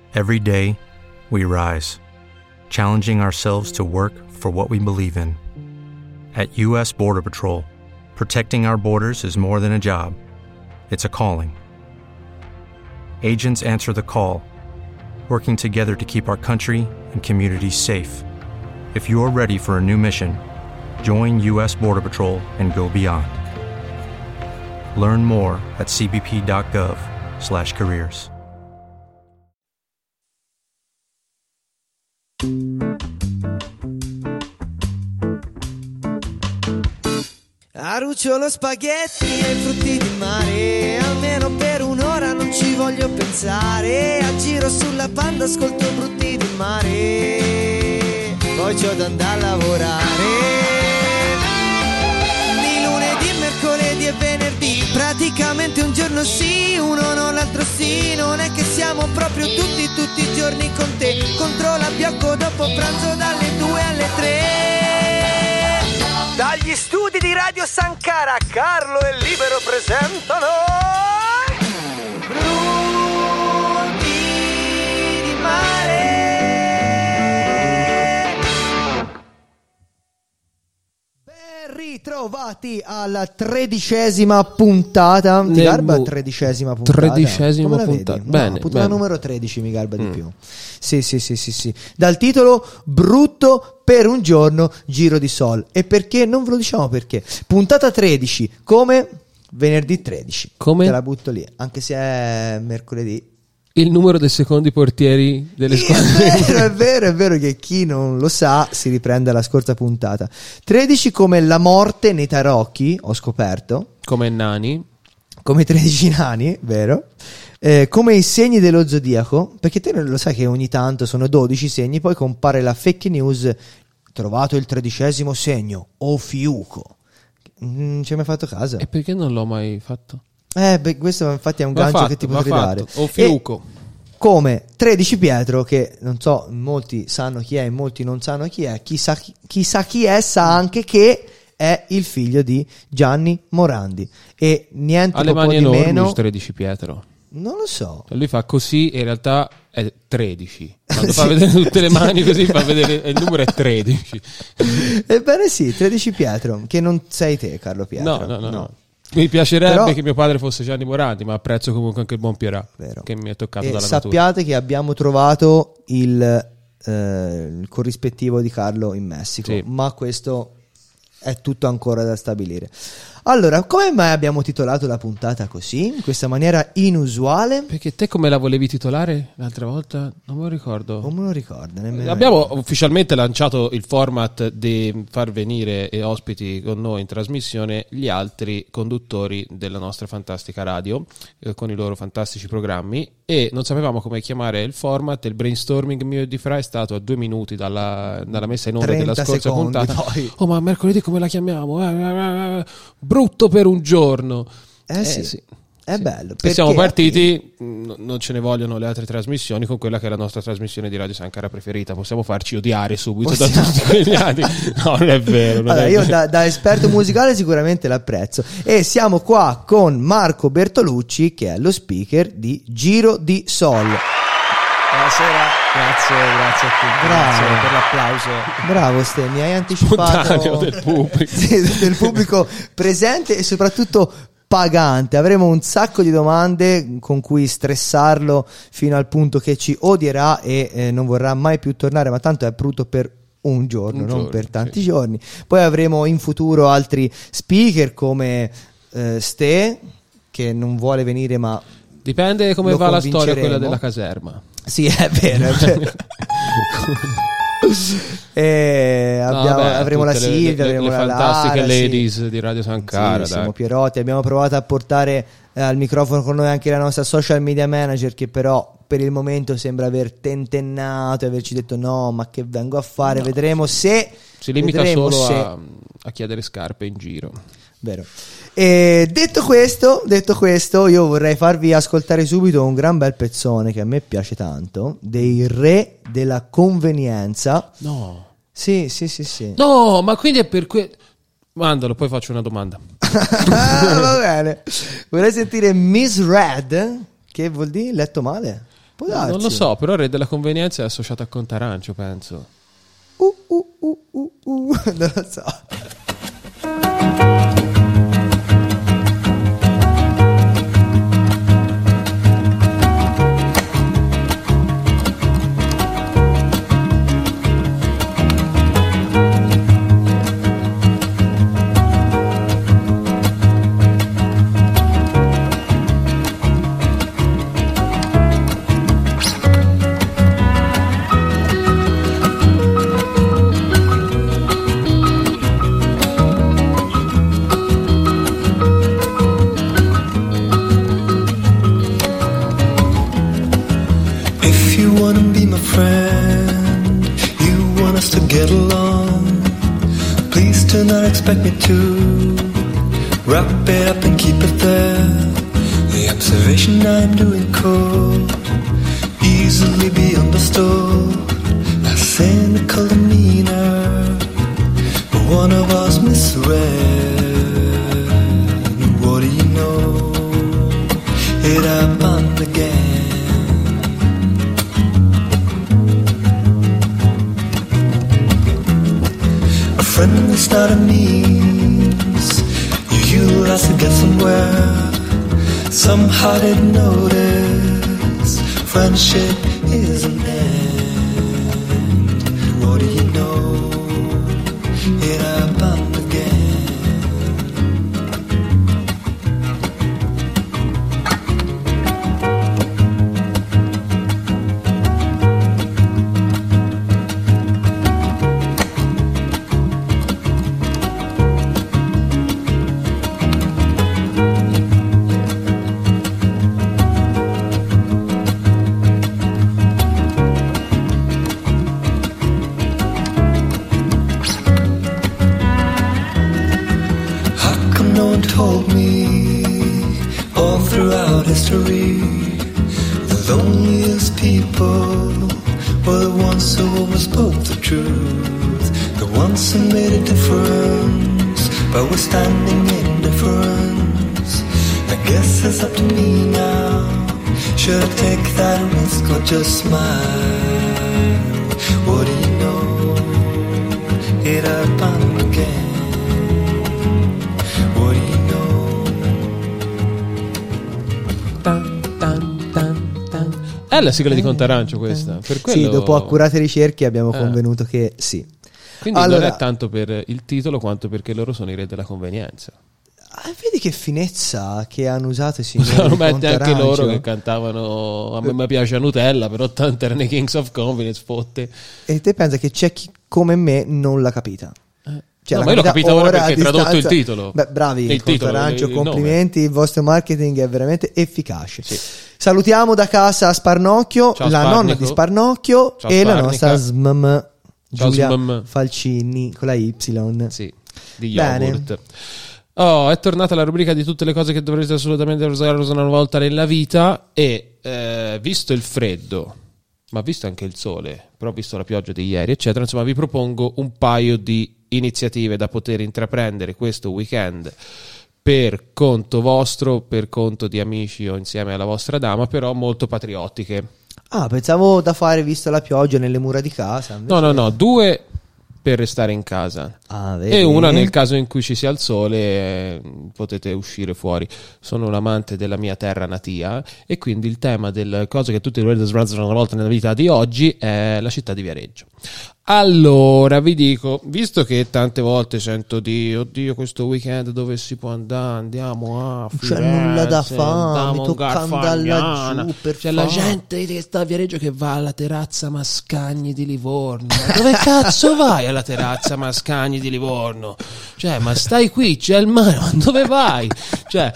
Every day, we rise, challenging ourselves to work for what we believe in. At U.S. Border Patrol, protecting our borders is more than a job. It's a calling. Agents answer the call, working together to keep our country and communities safe. If you're ready for a new mission, join U.S. Border Patrol and go beyond. Learn more at cbp.gov/careers. Arucciolo spaghetti e frutti di mare, almeno per un'ora non ci voglio pensare. Aggiro sulla Panda, ascolto brutti di mare, poi c'ho da andare a lavorare. Di lunedì, mercoledì e venerdì, praticamente un giorno sì, uno no, l'altro sì. Non è che siamo proprio tutti i giorni con te. Controlla Biocco dopo pranzo dalle 2 alle 3. Dagli studi di Radio Sankara, Carlo e Libero presentano Brutti di mare. Ben ritrovati alla 13ª puntata. Ti garba 13ª puntata? 13ª puntata. Bene, puntata numero 13 mi garba di più. Sì. Dal titolo Brutto per un giorno, giro di sol. E perché? Non ve lo diciamo perché. Puntata 13, come venerdì 13. Come? Te la butto lì, anche se è mercoledì. Il numero dei secondi portieri delle squadre. È vero che chi non lo sa si riprende alla scorsa puntata. 13 come la morte nei tarocchi, ho scoperto. Come nani. Come 13 nani, vero? Come i segni dello zodiaco, perché te non lo sai che ogni tanto sono 12 segni, poi compare la fake news, trovato il 13° segno, Ofiuco. Non ci hai mai fatto caso? E perché non l'ho mai fatto? Questo infatti è un gancio che ti potrei dare. Ofiuco. Come 13 Pietro, che non so, molti sanno chi è e molti non sanno chi è, chissà chi è, sa anche che è il figlio di Gianni Morandi. E niente alle po' mani di enormi meno. il 13 Pietro. Non lo so. Lui fa così e in realtà è 13. Quando fa vedere tutte le mani così fa vedere il numero è 13. Ebbene sì, 13 Pietro, che non sei te, Carlo Pietro. No. Mi piacerebbe Però, che mio padre fosse Gianni Morandi, ma apprezzo comunque anche il buon Pierà, vero, che mi è toccato e dalla natura. sappiate che abbiamo trovato il corrispettivo di Carlo in Messico, sì. Ma questo è tutto ancora da stabilire. Allora, come mai abbiamo titolato la puntata così, in questa maniera inusuale? Perché te come la volevi titolare l'altra volta? Non me lo ricordo. Non me lo ricordo nemmeno. Abbiamo ufficialmente lanciato il format di far venire ospiti con noi in trasmissione gli altri conduttori della nostra fantastica radio, con i loro fantastici programmi, e non sapevamo come chiamare il format. Il brainstorming mio e di Fra è stato a 2 minuti dalla messa in onda della scorsa puntata. Poi. Oh, ma mercoledì come la chiamiamo? Brutto per un giorno. Sì. È bello. E siamo partiti, non ce ne vogliono le altre trasmissioni, con quella che è la nostra trasmissione di Radio Sankara preferita. Possiamo farci odiare subito da tutti quegli anni. No, non è vero. Io da esperto musicale sicuramente l'apprezzo. E siamo qua con Marco Bertolucci, che è lo speaker di Giro di Sol. Buonasera, grazie a tutti. Bravo. Grazie per l'applauso. Bravo Ste, mi hai anticipato spontaneo del pubblico. del pubblico presente e soprattutto pagante. Avremo un sacco di domande con cui stressarlo fino al punto che ci odierà e non vorrà mai più tornare, ma tanto è brutto per un giorno, non per tanti giorni. Poi avremo in futuro altri speaker come Ste, che non vuole venire, ma dipende come va la storia, quella della caserma. Sì, è vero. Avremo la Silvia, avremo le la fantastiche Lara, ladies di Radio Sankara, siamo Pierotti. Abbiamo provato a portare al microfono con noi anche la nostra social media manager, che però per il momento sembra aver tentennato e averci detto no, ma che vengo a fare. Vedremo se si limita solo a chiedere scarpe in giro. Vero. E detto questo, io vorrei farvi ascoltare subito un gran bel pezzone che a me piace tanto, dei Re della Convenienza. No. Sì. No, ma quindi è per mandalo, poi faccio una domanda. Va bene. Vorrei sentire Miss Red, che vuol dire letto male. Può darsi. Non lo so, però il re della convenienza è associato a Contarancio, penso. Non lo so. Expect me to wrap it up and keep it there. The observation I'm doing could easily be understood as cynical demeanor, but one of us misread. What do you know? It happened again. A friend is not a means you utilize to get somewhere. Somehow didn't notice friendship is an end. What do you know? It happened again. Told me all throughout history the loneliest people were the ones who always spoke the truth, the ones who made a difference by withstanding indifference. I guess it's up to me now. Should I take that risk or just smile? What do you know? It happened again. È la sigla di Contarancio questa. Per quello... Sì, dopo accurate ricerche abbiamo convenuto che sì. Quindi allora, non è tanto per il titolo quanto perché loro sono i re della convenienza. Vedi che finezza che hanno usato i signori di mette anche loro che cantavano a me piace Nutella, però tanto erano i Kings of Convenience, fotte. E te pensa che c'è chi come me non l'ha capita? Cioè, no, ma io l'ho capito ora perché hai tradotto il titolo. Beh, bravi, Contarancio, complimenti, il vostro marketing è veramente efficace. Sì. Salutiamo da casa Sparnocchio, ciao, la nonna di Sparnocchio, ciao, e Sparnica. la nostra SMM Giulia SMM. Falcini con la Y. Sì, di yogurt. Oh, è tornata la rubrica di tutte le cose che dovrete assolutamente usare una volta nella vita e visto il freddo, ma visto anche il sole, però visto la pioggia di ieri, eccetera, insomma vi propongo un paio di iniziative da poter intraprendere questo weekend per conto vostro, per conto di amici o insieme alla vostra dama, però molto patriottiche. Ah, pensavo da fare visto la pioggia nelle mura di casa. Invece... No, 2 per restare in casa e una nel caso in cui ci sia il sole potete uscire fuori. Sono un amante della mia terra natia e quindi il tema delle cose che tutti dovete sbranzare una volta nella vita di oggi è la città di Viareggio. Allora vi dico, visto che tante volte sento di oddio questo weekend dove si può andare, andiamo a Firenze, c'è nulla da fare, mi tocca andare laggiù per c'è la gente che sta a Viareggio che va alla terrazza Mascagni di Livorno. Ma dove cazzo vai alla terrazza Mascagni di Livorno? Cioè, ma stai qui, c'è il mare, ma dove vai? Cioè,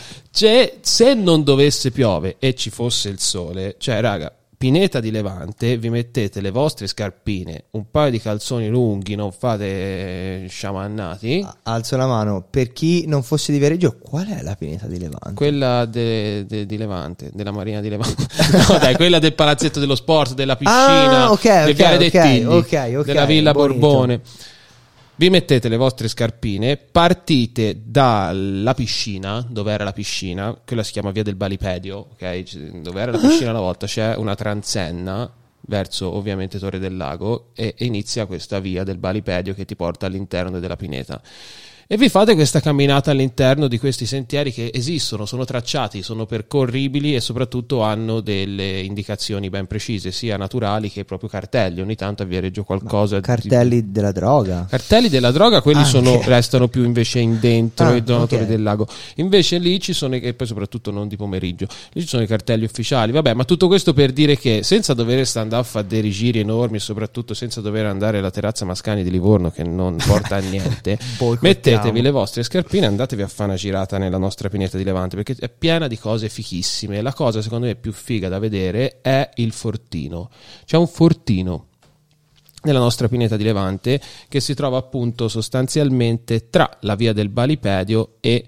se non dovesse piove e ci fosse il sole, cioè raga, pineta di Levante, vi mettete le vostre scarpine, un paio di calzoni lunghi, non fate sciamannati. Alzo la mano, per chi non fosse di Viareggio, qual è la pineta di Levante? Quella di Levante, della Marina di Levante. No dai, quella del palazzetto dello sport, della piscina, del Viale dei Tigli, della Villa bonito. Borbone. Vi mettete le vostre scarpine, partite dalla piscina, dove era la piscina, quella si chiama via del Balipedio, ok? Dove era la piscina una volta c'è una transenna verso ovviamente Torre del Lago e inizia questa via del Balipedio che ti porta all'interno della pineta. E vi fate questa camminata all'interno di questi sentieri che esistono, sono tracciati, sono percorribili e soprattutto hanno delle indicazioni ben precise, sia naturali che proprio cartelli. Ogni tanto a Viareggio qualcosa. Cartelli della droga? Cartelli della droga, quelli restano più invece in dentro e Torre del Lago. Invece lì ci sono, e poi soprattutto non di pomeriggio, lì ci sono i cartelli ufficiali. Vabbè, ma tutto questo per dire che senza dover andare a fare dei giri enormi e soprattutto senza dover andare alla terrazza Mascani di Livorno che non porta a niente, mettetevi le vostre scarpine e andatevi a fare una girata nella nostra pineta di Levante, perché è piena di cose fichissime. La cosa secondo me più figa da vedere è il fortino. C'è un fortino nella nostra pineta di Levante che si trova appunto sostanzialmente tra la via del Balipedio e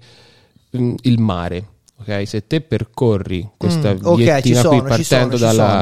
il mare. Ok, se te percorri questa viettina qui partendo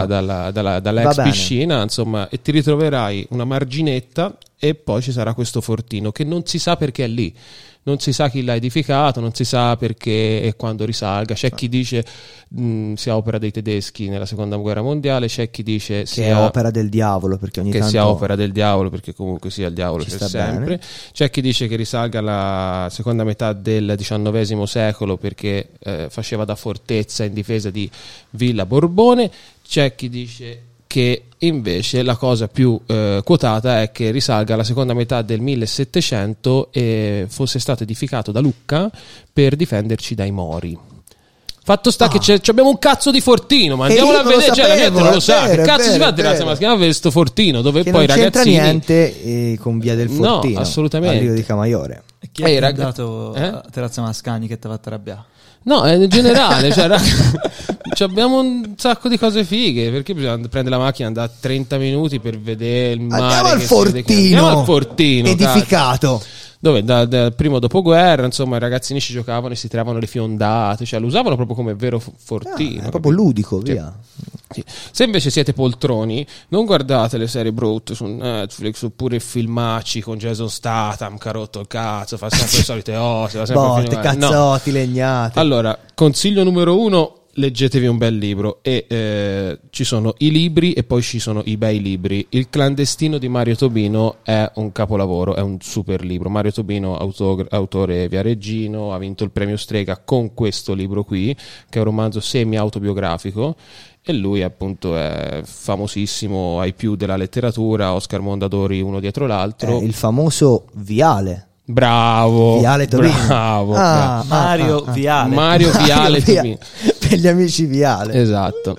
dall'ex piscina, insomma, e ti ritroverai una marginetta e poi ci sarà questo fortino che non si sa perché è lì, non si sa chi l'ha edificato, non si sa perché e quando risalga. C'è chi dice sia opera dei tedeschi nella seconda guerra mondiale, c'è chi dice che è opera del diavolo, perché ogni tanto sia opera del diavolo, perché comunque sia il diavolo c'è sempre. C'è chi dice che risalga alla seconda metà del XIX secolo perché faceva da fortezza in difesa di Villa Borbone. C'è chi dice che invece la cosa più quotata è che risalga alla seconda metà del 1700 e fosse stato edificato da Lucca per difenderci dai Mori. Fatto sta che abbiamo un cazzo di fortino, ma andiamolo a vedere, cioè la gente non lo sa, che cazzo si fa a terrazza Mascani a vedere sto fortino dove che poi non ragazzini c'entra niente con via del Fortino, no, assolutamente, a Rio di Camaiore. E chi è andato a terrazza Mascani che ti ha fatto arrabbiare? No, in generale, cioè, abbiamo un sacco di cose fighe, perché bisogna prendere la macchina, andare 30 minuti per vedere il mare. Andiamo al fortino edificato. Cazzo. Dove dal primo dopoguerra, insomma, i ragazzini ci giocavano e si tiravano le fiondate, cioè lo usavano proprio come vero fortino. È proprio ludico, via. Sì. Se invece siete poltroni, non guardate le serie brutte su Netflix oppure filmacci con Jason Statham, carotto il cazzo, fa sempre le solite cose, va sempre botte, cazzotti, legnate. Allora, consiglio numero 1: leggetevi un bel libro e ci sono i libri e poi ci sono i bei libri. Il clandestino di Mario Tobino è un capolavoro, è un super libro. Mario Tobino, autore viareggino, ha vinto il premio Strega con questo libro qui, che è un romanzo semi-autobiografico, e lui appunto è famosissimo ai più della letteratura, Oscar Mondadori uno dietro l'altro. Il famoso Viale. Bravo, Viale Tobino. Bravo, Mario Viale. Mario Viale Tobino. Per gli amici Viale. Esatto.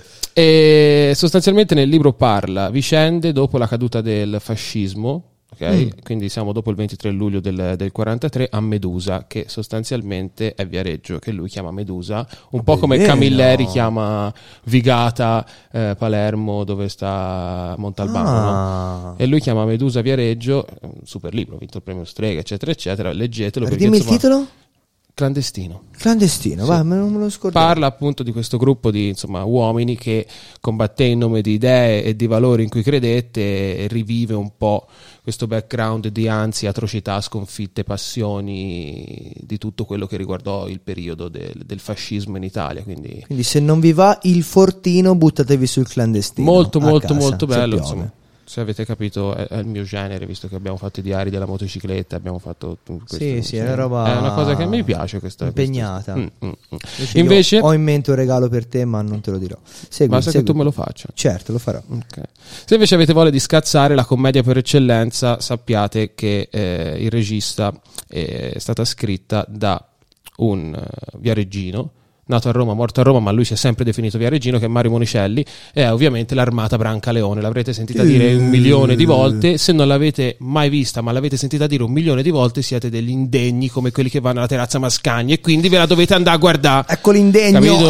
E sostanzialmente nel libro parla vicende dopo la caduta del fascismo, ok? Quindi siamo dopo il 23 luglio del 43 a Medusa, che sostanzialmente è Viareggio, che lui chiama Medusa, un po' come Camilleri chiama Vigata, Palermo, dove sta Montalbano, no? E lui chiama Medusa Viareggio, un super libro, ha vinto il premio Strega, eccetera eccetera, leggetelo. Perché, dimmi insomma, il titolo? Clandestino, sì. Va, non me lo scordavo. Parla appunto di questo gruppo di, insomma, uomini che combatté in nome di idee e di valori in cui credette, e rivive un po' questo background di ansia, atrocità, sconfitte, passioni, di tutto quello che riguardò il periodo del fascismo in Italia. Quindi se non vi va il fortino, buttatevi sul clandestino. Molto casa, molto bello, insomma. Se avete capito è il mio genere, visto che abbiamo fatto i diari della motocicletta, abbiamo fatto questo, sì, è una roba, è una cosa che a me piace, questa impegnata. Invece ho in mente un regalo per te, ma non te lo dirò. Basta che tu me lo faccia. Certo, lo farò. Okay. Se invece avete voglia di scazzare, la commedia per eccellenza, sappiate che il regista è stata scritta da un viareggino nato a Roma, morto a Roma, ma lui si è sempre definito viareggino, che è Mario Monicelli, e è ovviamente l'Armata Brancaleone. L'avrete sentita dire 1 milione di volte. Se non l'avete mai vista, ma l'avete sentita dire 1 milione di volte, siete degli indegni come quelli che vanno alla terrazza Mascagni, e quindi ve la dovete andare a guardare. Ecco l'indegno, capito?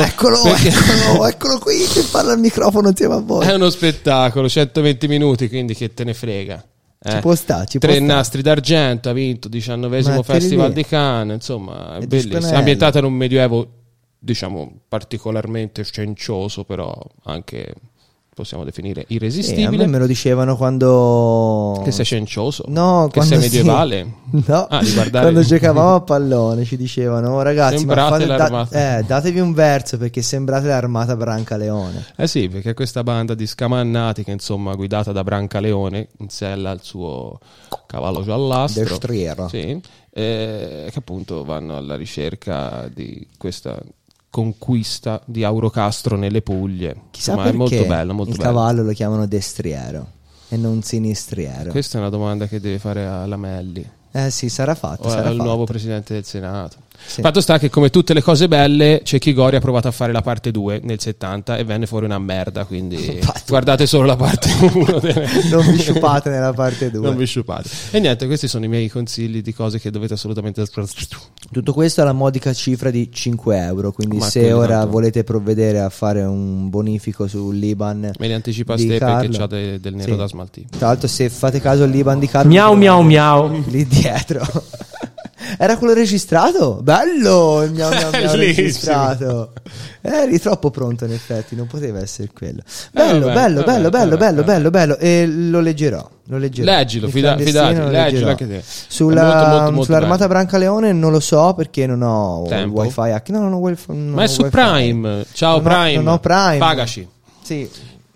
eccolo qui che parla al microfono insieme a voi. È uno spettacolo, 120 minuti, quindi che te ne frega. Ci può stare, 3 nastri d'argento, ha vinto 19° Festival di Cannes, insomma, è bellissimo. È ambientata in un medioevo, diciamo, particolarmente cencioso, però anche possiamo definire A irresistibile. me me lo dicevano quando... Che sei scencioso? No, che quando sei medievale? No, di guardare... quando giocavamo a pallone ci dicevano: "Oh, ragazzi, sembrate l'armata." datevi un verso perché sembrate l'armata Brancaleone. Sì, perché questa banda di scamannati che insomma guidata da Brancaleone in sella al suo cavallo giallastro, Destriero. sì, che appunto vanno alla ricerca di questa conquista di Aurocastro nelle Puglie. Chissà Insomma, perché è molto bello, molto il bello. cavallo lo chiamano destriero e non sinistriero. Questa è una domanda che deve fare a Lamelli Sì, sarà fatto. o sarà al fatto. nuovo presidente del Senato. Sì. Fatto sta che come tutte le cose belle Cecchi Gori ha provato a fare la parte 2 nel 70 e venne fuori una merda, quindi guardate solo la parte 1 Non vi sciupate nella parte 2. non vi sciupate. E niente, questi sono i miei consigli di cose che dovete assolutamente Tutto questo alla modica cifra di 5 euro. Quindi Ma se quelli ora tanto- volete provvedere a fare un bonifico sull'Iban, me li anticipa di Ste perché Carlo. c'ha del nero Sì. da smaltire. Tra l'altro, se fate caso all'Iban di Carlo, Miau miau miau. lì dietro. Era quello registrato? Bello il mio Bellissimo. registrato. Eri troppo pronto, in effetti, non poteva essere quello. Bello, vabbè, bello, vabbè, bello, bello, vabbè, bello, vabbè. bello, bello. E lo leggerò. Leggilo, Il fidati, clandestino lo leggilo leggerò. anche te. È Sull'armata bello. Brancaleone non lo so perché non ho il Tempo. wifi. No, non ho wifi. non Ma ho è su wifi. Prime. Ciao Non ho- Prime. non ho Prime. Pagaci. Sì.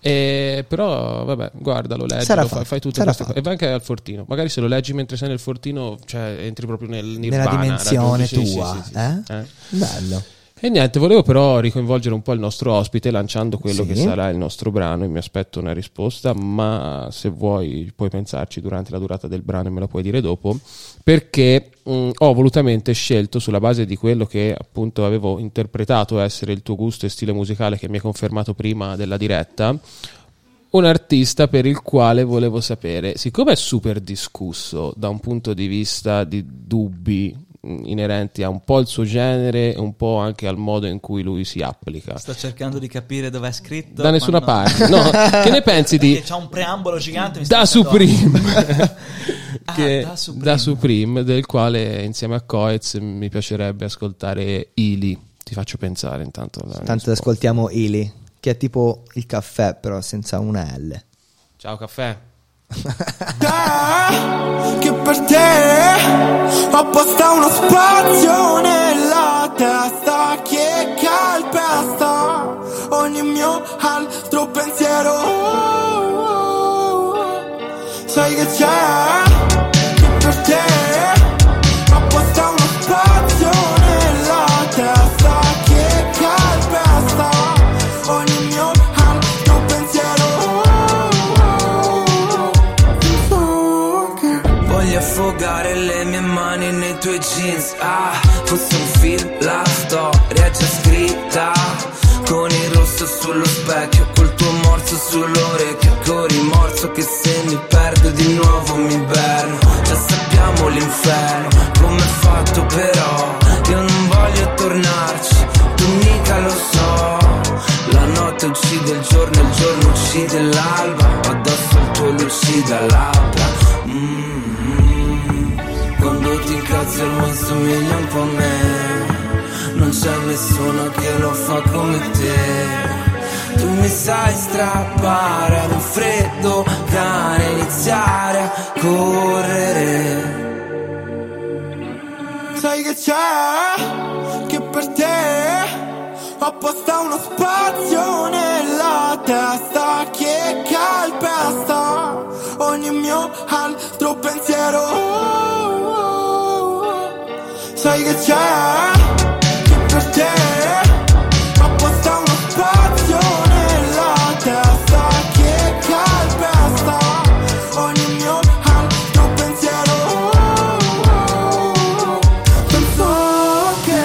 Però vabbè, guardalo, Sarà leggilo, fatto, fai tutte sarà queste cose. fatto. E vai anche al fortino. Magari se lo leggi mentre sei nel fortino, cioè entri proprio nel nirvana, Nella dimensione raggiungi- tua. sì. Eh? Bello. E niente, volevo però ricoinvolgere un po' il nostro ospite lanciando quello Sì. che sarà il nostro brano e mi aspetto una risposta, ma se vuoi puoi pensarci durante la durata del brano e me la puoi dire dopo, perché ho volutamente scelto, sulla base di quello che appunto avevo interpretato essere il tuo gusto e stile musicale che mi hai confermato prima della diretta, un artista per il quale volevo sapere, siccome è super discusso da un punto di vista di dubbi inerenti a un po' il suo genere e un po' anche al modo in cui lui si applica. Sto cercando di capire dove è scritto. Da nessuna ma no. parte. No, che ne pensi di Perché c'ha un preambolo gigante. Da Supreme? Che- Da Supreme. Da Supreme, del quale insieme a Coez mi piacerebbe ascoltare Ili. Ti faccio pensare intanto. Tanto ascoltiamo Ili, che è tipo il caffè però senza una L. Ciao caffè. Che per te ho apposta uno spazio nella testa che calpesta ogni mio altro pensiero. Sai che c'è? Che per te ho apposta uno spazio nella testa che calpesta ogni mio altro pensiero. Voglio affogare le mie mani nei tuoi jeans. Fosse un film, la storia è già scritta. Con il rosso sullo specchio, col tuo morso sull'orecchio. Con rimorso che se mi perdo di nuovo mi inverno. Già sappiamo l'inferno, come è fatto però. Io non voglio tornarci, tu mica lo so. La notte uccide il giorno uccide l'alba. Addosso il tuo lucida labbra. Quando ti incazzi ormai somiglia un po' a me. Non c'è nessuno che lo fa come te. Tu mi sai strappare ad un freddo cane, iniziare a correre. Sai che c'è? Che per te ho apposta uno spazio nella testa che calpesta ogni mio altro pensiero. Sai che c'è? Che per te ho apposta uno spazio nella testa che calpesta ogni mio altro pensiero. Penso che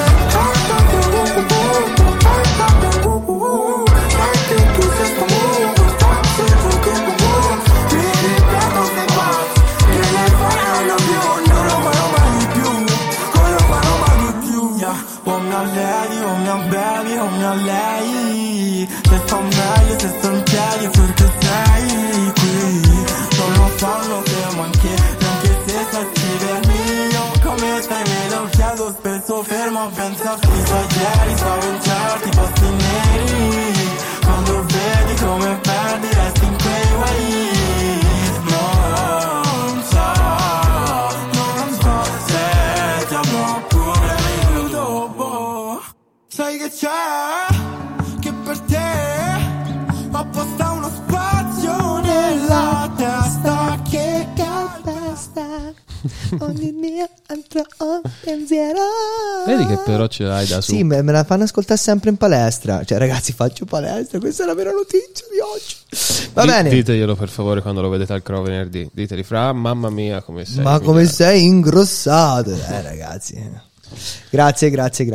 tu sia sto mondo, spazio ti ripeto sei pazzo, che le faranno più, non lo farò mai più, non lo farò mai più. Oh mia lady, oh mia baby, oh mia lei, se sto meglio, se sto in piedi, perché sei qui. Non lo fanno se manchi, neanche se sai scrivermi. Io come stai me lo chiedo spesso, fermo, pensa fisso. Ieri stavo in certi posti neri, quando vedi come perdi Ogni mio altro pensiero. Vedi che però ce l'hai da su. Sì, me la fanno ascoltare sempre in palestra. Cioè, ragazzi, faccio palestra. Questa è la vera notizia di oggi. Va bene. Diteglielo per favore quando lo vedete al Crow venerdì. Diteli fra, mamma mia, come sei. Ma come sei ingrossato, ragazzi. Grazie.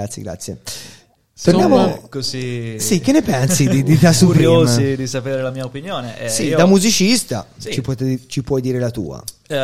Torniamo così. Sì, che ne pensi di Da Supreme? Curiosi di sapere la mia opinione. Sì, Io, da musicista Sì. ci puoi dire la tua.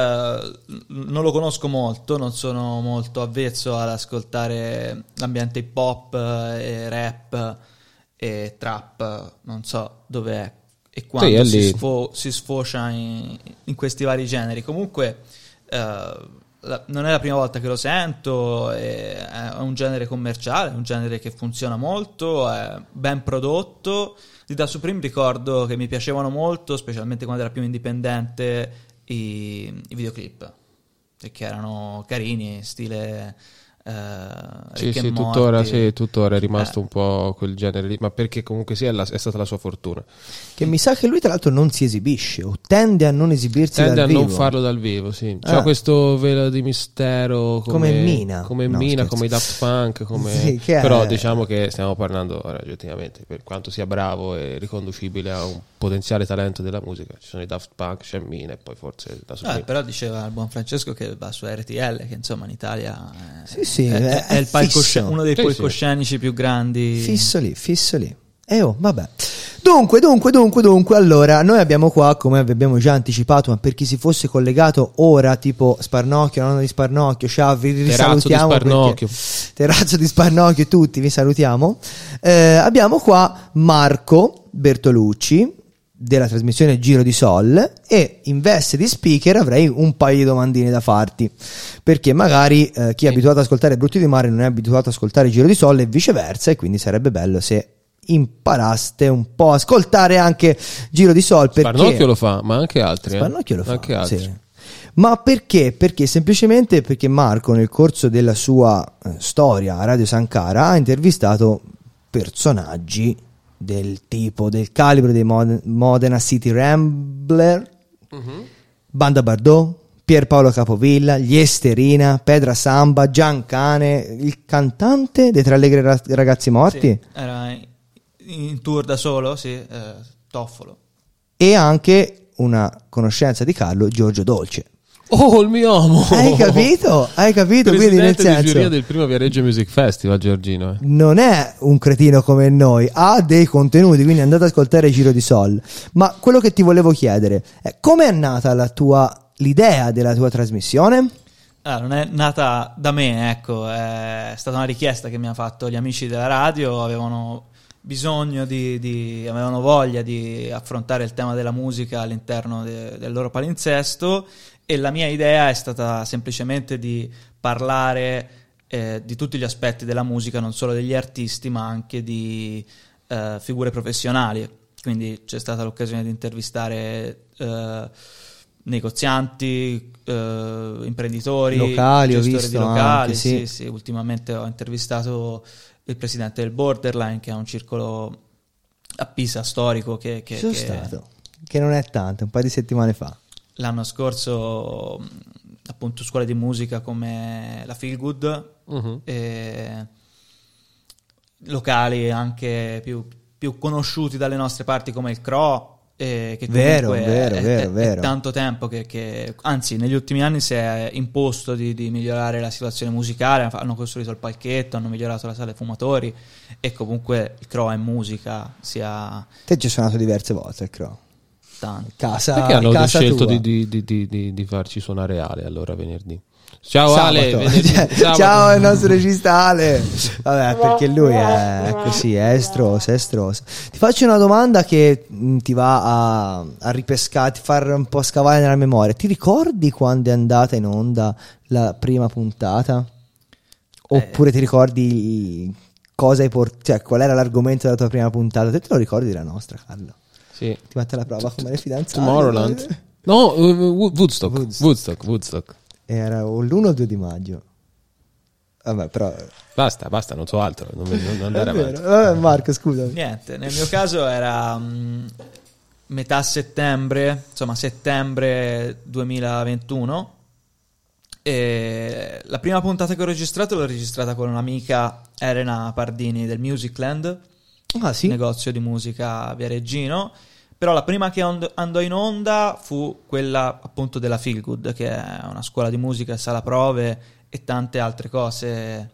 non lo conosco molto, non sono molto avvezzo ad ascoltare l'ambiente hip hop e rap e trap, non so dove è e quando Sì, è lì. si sfocia in questi vari generi. Comunque non è la prima volta che lo sento, è un genere commerciale, è un genere che funziona molto, è ben prodotto. Di Da Supreme ricordo che mi piacevano molto, specialmente quando era più indipendente, i videoclip, perché erano carini, stile Rick and Morty. tuttora è rimasto un po' quel genere lì, ma perché comunque sì, è stata la sua fortuna. Che mi sa che lui tra l'altro non si esibisce o tende a non esibirsi Tende dal a vivo. non farlo dal vivo, sì. C'ha questo velo di mistero come Mina. come No, Mina, scherzo. come i Daft Punk, come... Sì, che è- però diciamo che stiamo parlando oggettivamente, per quanto sia bravo e riconducibile a un potenziale talento della musica, ci sono i Daft Punk, c'è Mina e poi forse Da Supreme. Però diceva il buon Francesco che va su RTL, che insomma in Italia Sì, è il fisso. uno dei Sì, palcoscenici più grandi. Fisso lì. Vabbè. Dunque, allora, noi abbiamo qua, come vi abbiamo già anticipato, ma per chi si fosse collegato ora, tipo Sparnocchio, nonno di Sparnocchio, ciao, vi Terrazzo di risalutiamo. Sparnocchio. Terrazzo di Sparnocchio, tutti, vi salutiamo. Abbiamo qua Marco Bertolucci, della trasmissione Giro di Sol, e in veste di speaker avrei un paio di domandine da farti, perché magari chi è abituato ad ascoltare Brutti di Mare non è abituato ad ascoltare Giro di Sol e viceversa, e quindi sarebbe bello se imparaste un po' a ascoltare anche Giro di Sol, perché Sparnocchio lo fa, ma anche altri. Sparnocchio lo fa, anche altri. sì. Ma perché? Perché semplicemente perché Marco nel corso della sua storia a Radio Sankara ha intervistato personaggi del tipo, del calibro dei Modena City Rambler, Banda Bardot, Pierpaolo Capovilla, gli Esterina, Pedra Samba, Giancane, il cantante dei Tre Allegri Ragazzi Morti, Sì, era in tour da solo, sì, Toffolo. e anche una conoscenza di Carlo, Giorgio Dolce. Oh, il mio amo! Hai capito? Quindi nel Presidente di giuria senso, del primo Viareggio Music Festival, Giorgino. non è un cretino come noi, ha dei contenuti, quindi andate ad ascoltare Giro di Sol. Ma quello che ti volevo chiedere è: come è nata l'idea della tua trasmissione? Non è nata da me, ecco, è stata una richiesta che mi hanno fatto gli amici della radio, avevano bisogno avevano voglia di affrontare il tema della musica all'interno del loro palinsesto, e la mia idea è stata semplicemente di parlare di tutti gli aspetti della musica, non solo degli artisti, ma anche di figure professionali. Quindi c'è stata l'occasione di intervistare negozianti, imprenditori, Locali, ho gestori visto di locali. anche, sì. Ultimamente ho intervistato il presidente del Borderline, che è un circolo a Pisa storico che Sono stato, che non è tanto, un paio di settimane fa. l'anno scorso, appunto, scuole di musica come la Feel Good, e locali anche più conosciuti dalle nostre parti come il Cro, che comunque è tanto tempo che anzi negli ultimi anni si è imposto di migliorare la situazione musicale, hanno costruito il palchetto, hanno migliorato la sala dei fumatori, e comunque il Cro è musica, sia Te ci sono suonato diverse volte il Cro. tanto. Perché hanno casa scelto tua. di farci suonare Ale allora venerdì? Ciao Sabato. Ale, venerdì, sabato. Ciao il nostro regista Ale. Vabbè, perché lui è così, è estroso. Ti faccio una domanda che ti va a ripescare, far un po' scavare nella memoria. Ti ricordi quando è andata in onda la prima puntata? Oppure ti ricordi cosa hai cioè qual era l'argomento della tua prima puntata? Te lo ricordi della nostra, Carlo? Sì. Ti mette alla prova come le fidanzate. Tomorrowland. No, Woodstock. Era l'1 o il 2 di maggio. Vabbè, però Basta, non so altro, non andare è avanti. vero. Vabbè, Marco, scusami. Niente, nel mio caso era metà settembre, insomma settembre 2021, E la prima puntata che ho registrato l'ho registrata con un'amica, Elena Pardini del Musicland, negozio di musica a Viareggino. Però la prima che andò in onda fu quella appunto della Feel Good, che è una scuola di musica, sala prove e tante altre cose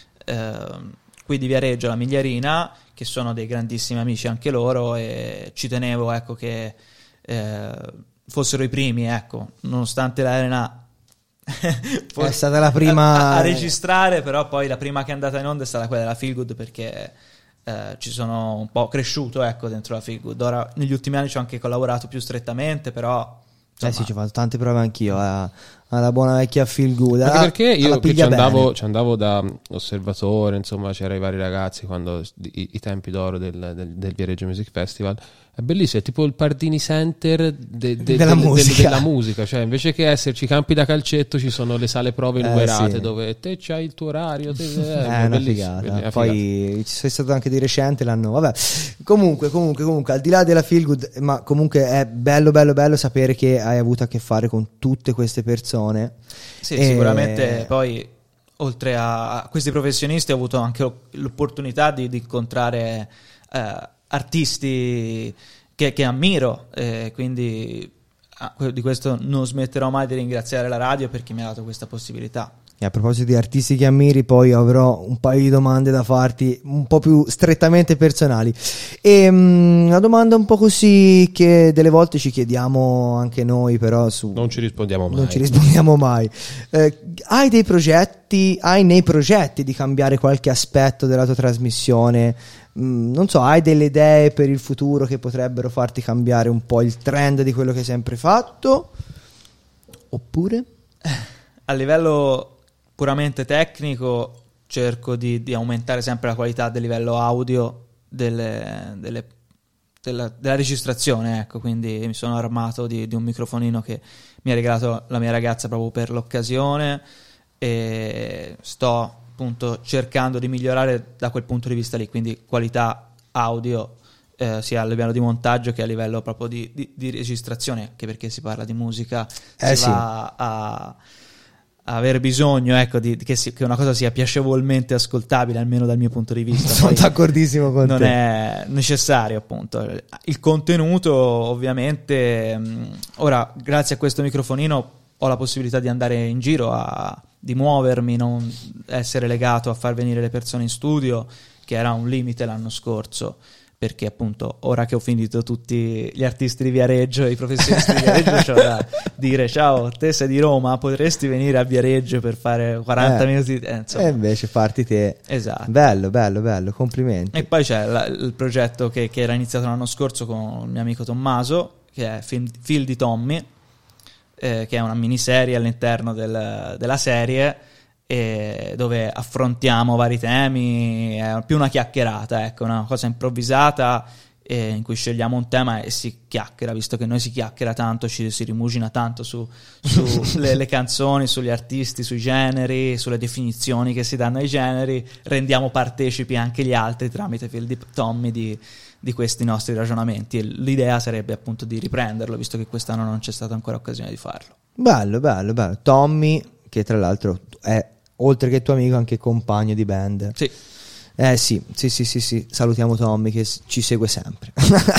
qui di Viareggio, la Migliarina, che sono dei grandissimi amici anche loro, e ci tenevo, ecco, che fossero i primi, ecco, nonostante la Elena è stata la prima a registrare, però poi la prima che è andata in onda è stata quella della Feel Good, perché ci sono un po' cresciuto, ecco, dentro la Feel Good. Ora negli ultimi anni ci ho anche collaborato più strettamente, però insomma, sì, ci ho fatto tante prove anch'io alla buona vecchia Feel Good. Anche perché io che ci andavo da osservatore, insomma, c'erano i vari ragazzi quando i tempi d'oro del Viareggio Music Festival. È bellissimo, è tipo il Pardini Center della musica, cioè invece che esserci campi da calcetto ci sono le sale prove numerate, sì, dove te c'hai il tuo orario, è una figata. Poi ci sei stato anche di recente l'anno, vabbè. Comunque al di là della Feel Good, ma comunque è bello sapere che hai avuto a che fare con tutte queste persone. Sì, sicuramente. Poi oltre a questi professionisti ho avuto anche l'opportunità di incontrare artisti che ammiro, quindi di questo non smetterò mai di ringraziare la radio perché mi ha dato questa possibilità. E a proposito di artisti che ammiri, poi avrò un paio di domande da farti un po' più strettamente personali. E una domanda un po' così che delle volte ci chiediamo anche noi, però non ci rispondiamo mai. Hai dei progetti, nei progetti di cambiare qualche aspetto della tua trasmissione? Non so, hai delle idee per il futuro che potrebbero farti cambiare un po' il trend di quello che hai sempre fatto? Oppure? A livello puramente tecnico cerco di aumentare sempre la qualità del livello audio della registrazione, ecco, quindi mi sono armato di un microfonino che mi ha regalato la mia ragazza proprio per l'occasione, e sto appunto cercando di migliorare da quel punto di vista lì, quindi qualità audio sia a livello di montaggio che a livello proprio di registrazione, anche perché si parla di musica, va a avere bisogno, ecco, che una cosa sia piacevolmente ascoltabile, almeno dal mio punto di vista. Sono d'accordissimo con te. Non è necessario, appunto. Il contenuto, ovviamente, ora grazie a questo microfonino ho la possibilità di andare in giro, di muovermi, non essere legato a far venire le persone in studio, che era un limite l'anno scorso, perché appunto ora che ho finito tutti gli artisti di Viareggio, i professionisti di Viareggio, c'ho da dire: ciao, te sei di Roma, potresti venire a Viareggio per fare 40 minuti, insomma. E invece parti te. Esatto. Bello, complimenti. E poi c'è il progetto che era iniziato l'anno scorso con il mio amico Tommaso, che è Feel di Tommy, che è una miniserie all'interno della serie, dove affrontiamo vari temi, è più una chiacchierata, ecco, una cosa improvvisata, in cui scegliamo un tema e si chiacchiera, visto che noi si chiacchiera tanto, si rimugina tanto su le canzoni, sugli artisti, sui generi, sulle definizioni che si danno ai generi, rendiamo partecipi anche gli altri tramite Feel di Tommy di questi nostri ragionamenti, e l'idea sarebbe appunto di riprenderlo, visto che quest'anno non c'è stata ancora occasione di farlo. Bello. Tommy, che tra l'altro è, oltre che tuo amico, anche compagno di band. Sì. Sì. Salutiamo Tommy che ci segue sempre.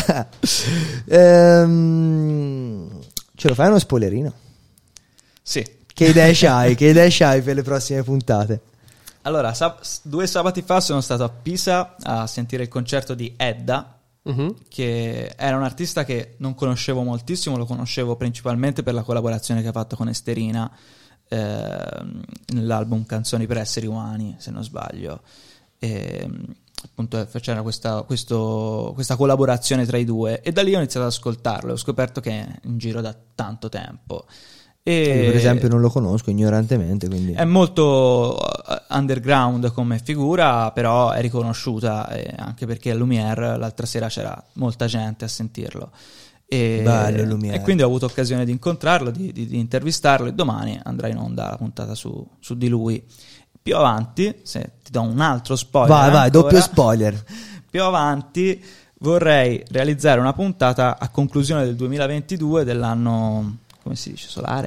Ce lo fai uno spoilerino? Sì. Che idee c'hai per le prossime puntate? Allora, 2 sabati fa sono stato a Pisa a sentire il concerto di Edda, che era un artista che non conoscevo moltissimo, lo conoscevo principalmente per la collaborazione che ha fatto con Esterina nell'album Canzoni per esseri umani, se non sbaglio. E appunto c'era questa collaborazione tra i due, e da lì ho iniziato ad ascoltarlo e ho scoperto che è in giro da tanto tempo. Io per esempio non lo conosco ignorantemente, quindi è molto underground come figura, però è riconosciuta, anche perché a Lumière l'altra sera c'era molta gente a sentirlo, bello Lumière. E quindi ho avuto occasione di incontrarlo, di intervistarlo, e domani andrà in onda la puntata su di lui. Più avanti, se ti do un altro spoiler, vai, doppio spoiler. Più avanti vorrei realizzare una puntata a conclusione del 2022, dell'anno, come si dice, solare?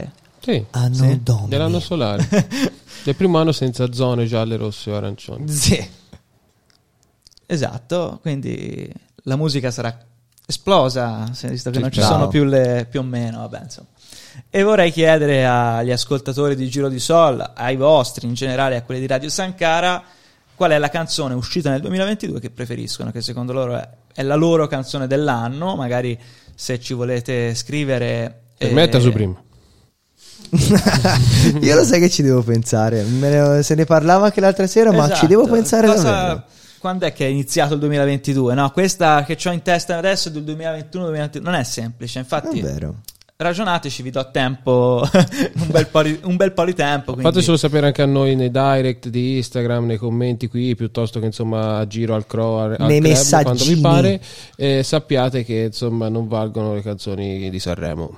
Sì, Anno Domini. dell'anno solare. Del primo anno senza zone gialle, rosse o arancioni. Sì. Esatto, quindi la musica sarà esplosa, visto che non ci Ciao. sono più o meno, vabbè, insomma. E vorrei chiedere agli ascoltatori di Giro di Sol, ai vostri in generale, a quelli di Radio Sankara, qual è la canzone uscita nel 2022 che preferiscono, che secondo loro è la loro canzone dell'anno. Magari se ci volete scrivere... Per me è Tasu Prima. Io lo sai che ci devo pensare. Se ne parlava anche l'altra sera, ma ci devo pensare davvero. Quando è che è iniziato il 2022? No, questa che ho in testa adesso è del 2021-2022. Non è semplice, infatti. È vero. Ragionateci, vi do tempo, un bel po' di tempo. Quindi... Fatecelo sapere anche a noi nei direct di Instagram, nei commenti qui, piuttosto che insomma a giro al club, nei messaggini, quando vi pare. Sappiate che insomma non valgono le canzoni di Sanremo.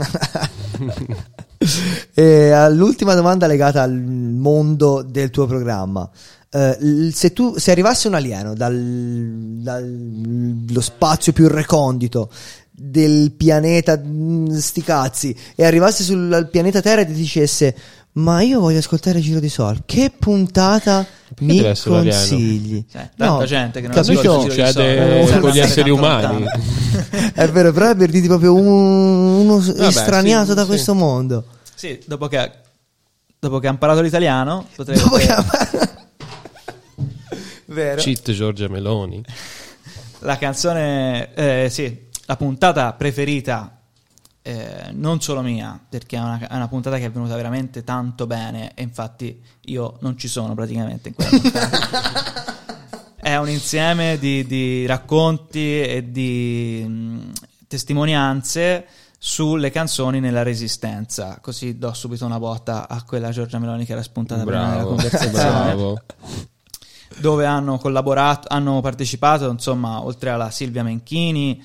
E all'ultima domanda legata al mondo del tuo programma. Se arrivasse un alieno dallo spazio più recondito del pianeta sti cazzi e arrivasse sul pianeta Terra e ti dicesse: ma io voglio ascoltare Giro di Sol, che puntata mi deve essere un alieno? consigli? Tanta gente che non capito? ascolta Giro di Sol, Succede senza con gli stare esseri tanto umani. lontano. È vero, però è per dirti proprio uno estraniato sì, da sì. questo mondo. Sì, dopo che ha imparato l'italiano, potrebbe... Dopo che vero. Cheat Giorgia Meloni. La canzone, sì, la puntata preferita, non solo mia, perché è una puntata che è venuta veramente tanto bene, e infatti io non ci sono praticamente in quella puntata. È un insieme di racconti e di testimonianze sulle canzoni nella Resistenza, così do subito una botta a quella Giorgia Meloni che era spuntata prima nella conversazione. Bravo. Dove hanno collaborato, hanno partecipato, insomma, oltre alla Silvia Menchini,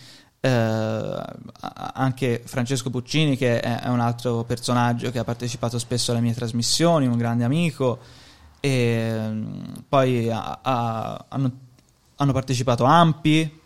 anche Francesco Puccini, che è un altro personaggio che ha partecipato spesso alle mie trasmissioni, un grande amico, e poi hanno partecipato Ampi,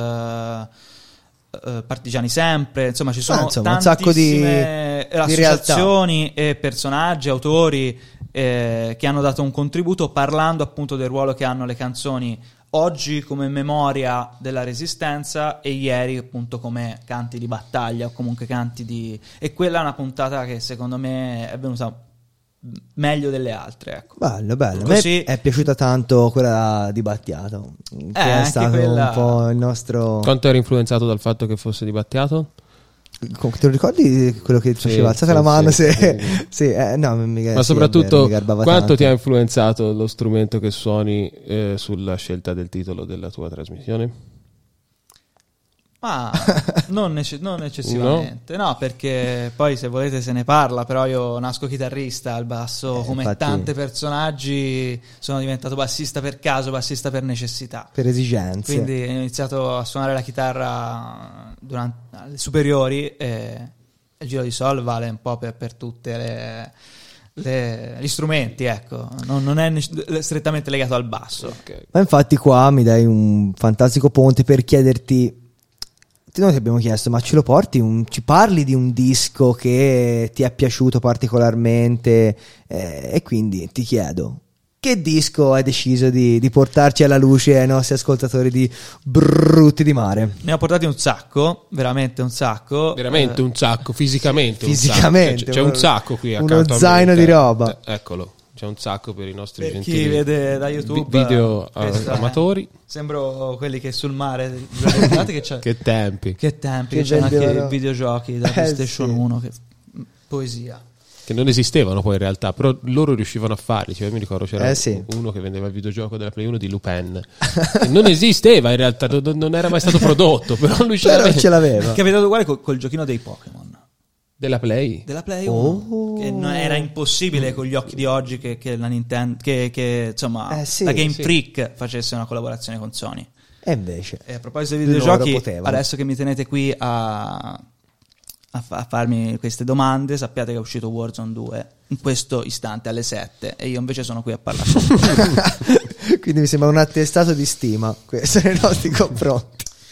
Partigiani Sempre, insomma ci sono un sacco di associazioni e personaggi, autori che hanno dato un contributo parlando appunto del ruolo che hanno le canzoni oggi come memoria della Resistenza e ieri appunto come canti di battaglia o comunque canti di... E quella è una puntata che secondo me è venuta meglio delle altre, ecco. Bello. Così... A me è piaciuta tanto quella di Battiato, che è anche stato quella... un po' il nostro... Quanto era influenzato dal fatto che fosse di Battiato? Te lo ricordi quello che faceva? Alzate la mano se... Sì, no, ma soprattutto mi garbava quanto tanto. ti ha influenzato lo strumento che suoni sulla scelta del titolo della tua trasmissione? Ma non eccessivamente, no, perché poi se volete se ne parla, però io nasco chitarrista al basso, come infatti... tanti personaggi sono diventato bassista per caso, bassista per necessità, per esigenze. quindi ho iniziato a suonare la chitarra durante le superiori e il Giro di Sol vale un po' per tutte gli strumenti, ecco, non è strettamente legato al basso. Okay. Ma infatti qua mi dai un fantastico ponte per chiederti, noi ti abbiamo chiesto, ma ci parli di un disco che ti è piaciuto particolarmente, e quindi ti chiedo, che disco hai deciso di portarci alla luce ai nostri ascoltatori di Brutti di Mare? Ne ho portati un sacco, veramente un sacco. Veramente un sacco, fisicamente. Fisicamente, c'è un sacco qui uno accanto a me. zaino di roba. Eccolo, c'è un sacco per i nostri Per gentili chi vede da YouTube video questo, amatori. Sembro quelli che sul mare guardate che c'è. Che tempi. Che tempi, Che che c'è anche vendevano. i videogiochi da PlayStation sì. 1, che poesia. Che non esistevano poi in realtà, però loro riuscivano a farli. Cioè, io mi ricordo c'era sì. uno che vendeva il videogioco della Play 1 di Lupin, che non esisteva in realtà, non era mai stato prodotto, però lui Ce l'aveva. È capitato uguale col giochino dei Pokémon della Play. della Play 1, che non era impossibile con gli occhi di oggi che la Nintendo, che insomma sì, la Game sì. Freak facesse una collaborazione con Sony. E invece E a proposito di loro videogiochi, potevano. adesso che mi tenete qui a farmi queste domande, sappiate che è uscito Warzone 2 in questo istante alle 7 e io invece sono qui a parlare con voi. quindi mi sembra un attestato di stima questo nei nostri confronti.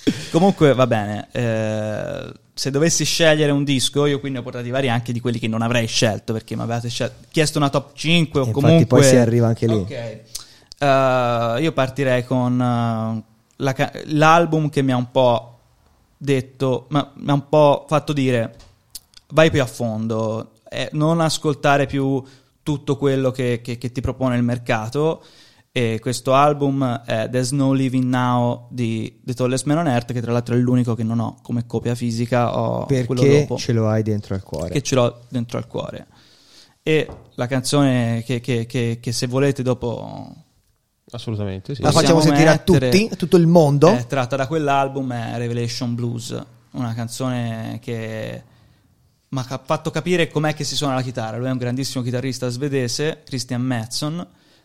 Comunque va bene, se dovessi scegliere un disco, io qui ne ho portati vari anche di quelli che non avrei scelto, perché mi avevate chiesto una top 5 o Infatti comunque... poi si arriva anche lì. Ok. Io partirei con l'album che mi ha un po' detto, ma mi ha un po' fatto dire vai più a fondo, non ascoltare più tutto quello che ti propone il mercato. E questo album è There's No Living Now di The Tallest Man on Earth, che tra l'altro è l'unico che non ho come copia fisica, ho quello Perché dopo, ce lo hai dentro al cuore. che ce l'ho dentro al cuore. E la canzone che se volete dopo Assolutamente, sì. La facciamo possiamo sentire mettere, a tutti, a tutto il mondo. è tratta da quell'album, è Revelation Blues, una canzone che mi ha fatto capire com'è che si suona la chitarra. Lui è un grandissimo chitarrista svedese, Christian Matson,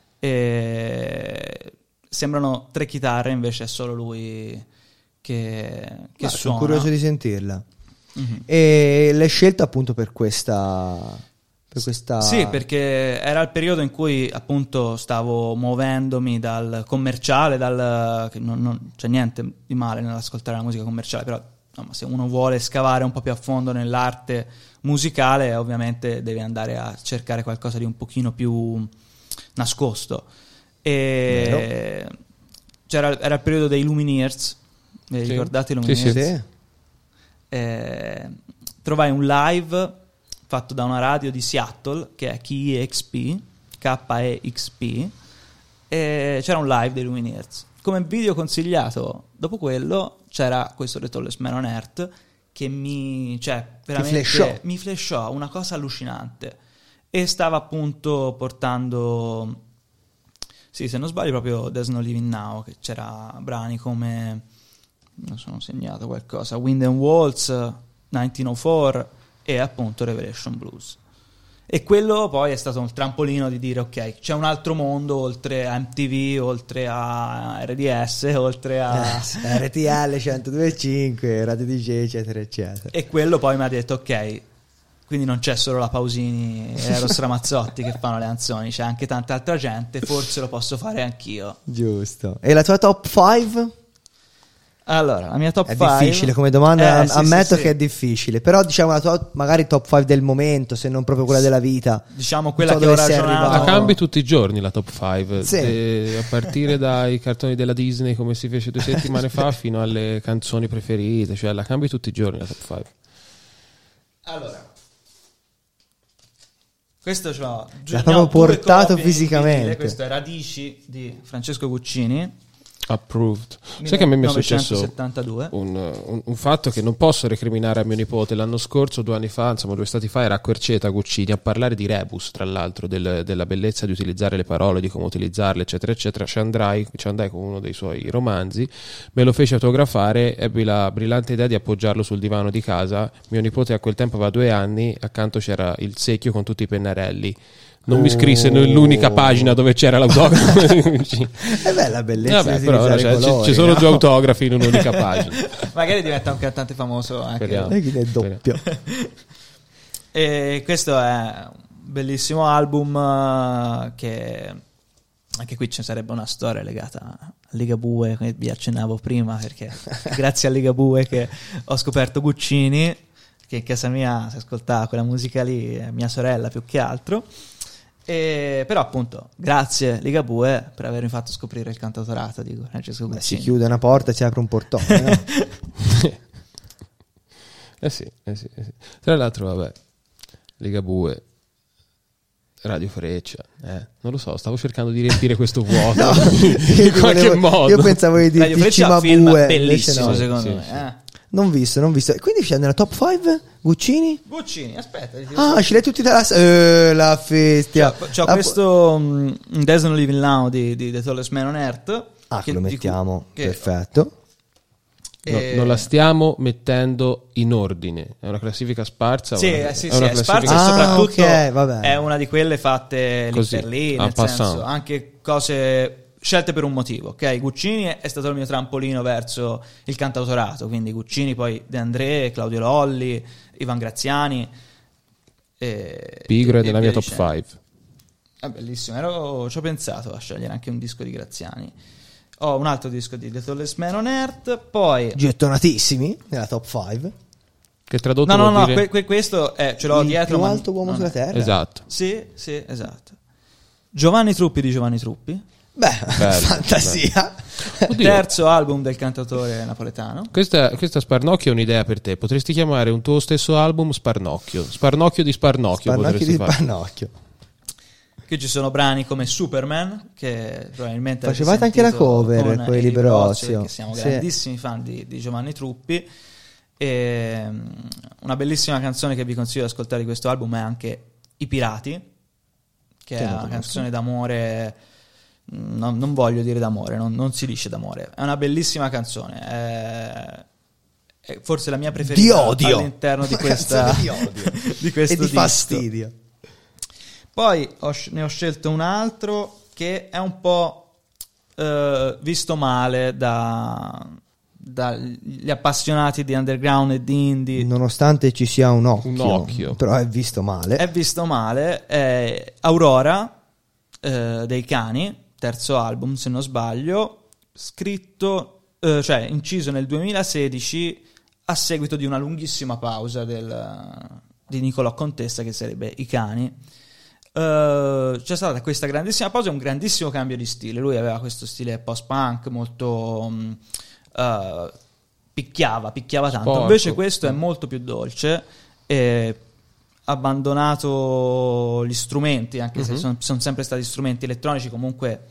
e sembrano 3 chitarre, invece è solo lui che Sono suona. curioso di sentirla. Mhm. E l'hai scelta appunto per questa Sì, perché era il periodo in cui appunto stavo muovendomi dal commerciale, che non c'è niente di male nell'ascoltare la musica commerciale, però insomma, se uno vuole scavare un po' più a fondo nell'arte musicale, ovviamente deve andare a cercare qualcosa di un pochino più nascosto. E era il periodo dei Lumineers, vi ricordate i Lumineers? Sì. Trovai un live fatto da una radio di Seattle che è KEXP, e c'era un live dei Lumineers. Come video consigliato, dopo quello c'era questo The Tallest Man on Earth che veramente mi flashò, una cosa allucinante, e stava appunto portando, sì, se non sbaglio proprio There's No Living Now, che c'era brani come, non sono segnato qualcosa, Wind and Waltz, 1904 e appunto Revelation Blues. E quello poi è stato un trampolino di dire ok, c'è un altro mondo oltre a MTV, oltre a RDS, oltre a RTL 102.5, Radio DJ, eccetera eccetera. e quello poi mi ha detto ok, quindi non c'è solo la Pausini e Eros Ramazzotti che fanno le canzoni, c'è anche tanta altra gente, forse lo posso fare anch'io. Giusto. E la tua top 5? Allora, la mia top È 5 difficile come domanda, sì, ammetto sì. che è difficile, però diciamo la tua magari top 5 del momento, se non proprio quella della vita. Diciamo quella Non so che ho dove sei ragionato. arrivato. La cambi tutti i giorni la top 5, Sì. a partire dai cartoni della Disney come si fece 2 settimane fa fino alle canzoni preferite, cioè la cambi tutti i giorni la top 5. Allora, questo L'ha proprio portato fisicamente. Questo è Radici di Francesco Guccini, Approved. Sai che a me mi è successo 1972. un fatto che non posso recriminare a mio nipote. L'anno scorso, 2 anni fa, insomma 2 stati fa, era a Querceta Guccini a parlare di rebus, tra l'altro della bellezza di utilizzare le parole, di come utilizzarle, eccetera eccetera. Ci andai con uno dei suoi romanzi, me lo fece autografare, ebbi la brillante idea di appoggiarlo sul divano di casa. Mio nipote a quel tempo aveva 2 anni, accanto c'era il secchio con tutti i pennarelli. Non mi scrisse l'unica pagina dove c'era l'autografo. È bella bellezza. Vabbè, di però ora utilizzare i colori, ci sono no? 2 autografi in un'unica pagina. Magari diventa un cantante famoso anche. Speriamo. E chi è doppio. E questo è un bellissimo album che anche qui ci sarebbe una storia legata a Ligabue, che vi accennavo prima, perché grazie a Ligabue che ho scoperto Guccini, che in casa mia si ascoltava quella musica lì, mia sorella più che altro. Però appunto grazie Ligabue per avermi fatto scoprire il cantautorato di Francesco Si Guccini. chiude una porta e si apre un portone, no? Sì. Tra l'altro, vabbè, Ligabue, Radio Freccia, non lo so, stavo cercando di riempire questo vuoto in qualche modo. Io pensavo di Radio dire Freccia è un film Cimabue, bellissimo invece no. secondo me. sì. Non visto. E quindi c'è nella top 5 Guccini? Guccini, aspetta. Ah, ce l'hai tutti dalla la festia. C'ho questo There's No Living Now di The Tallest Man on Earth. Ah, che lo mettiamo. che- Perfetto. Non la stiamo mettendo in ordine, è una classifica sparsa. Sì, è sì, una è sparsa e Ah, soprattutto ok, vabbè. è una di quelle fatte lì Così, per lì, en nel passant. senso, anche cose scelte per un motivo, ok? Guccini è stato il mio trampolino verso il cantautorato, quindi Guccini, poi De André, Claudio Lolli, Ivan Graziani. Pigro è e nella via mia top dicendo. 5. È bellissimo, ci ho pensato a scegliere anche un disco di Graziani. ho un altro disco di The Tallest Man on Earth, poi Gettonatissimi nella top 5. Che tradotto no, vuol dire... questo è, ce l'ho Il dietro, più ma alto uomo non sulla è. terra. Esatto. Sì, esatto. Giovanni Truppi di Giovanni Truppi, Beh, Bello, fantasia. Oddio, terzo album del cantautore napoletano. questa Sparnocchio è un'idea per te. Potresti chiamare un tuo stesso album Sparnocchio. Sparnocchio di Sparnocchio. Sparnocchio potresti di fare. Sparnocchio. Qui ci sono brani come Superman, che probabilmente avete Facevate anche la sentito cover con con i Libero Libero Ozio, Ozio. che siamo Sì. grandissimi fan di Giovanni Truppi. E una bellissima canzone che vi consiglio di ascoltare di questo album è anche I Pirati, che è non una conosco. canzone d'amore. Non voglio dire d'amore, non si dice d'amore. È una bellissima canzone. È forse la mia preferita Di odio. all'interno di Una questa canzone di odio. di questo E di disco. fastidio. Poi ne ho scelto un altro che è un po' visto male dagli appassionati di underground e di indie. Nonostante ci sia un occhio, Un occhio. però è visto male. È visto male. È Aurora dei Cani, terzo album se non sbaglio, scritto, cioè inciso nel 2016 a seguito di una lunghissima pausa di Nicolò Contessa, che sarebbe I Cani. C'è stata questa grandissima pausa e un grandissimo cambio di stile. Lui aveva questo stile post-punk molto picchiava tanto. Sporco. Invece questo è molto più dolce e abbandonato gli strumenti, anche se sono sempre stati strumenti elettronici. Comunque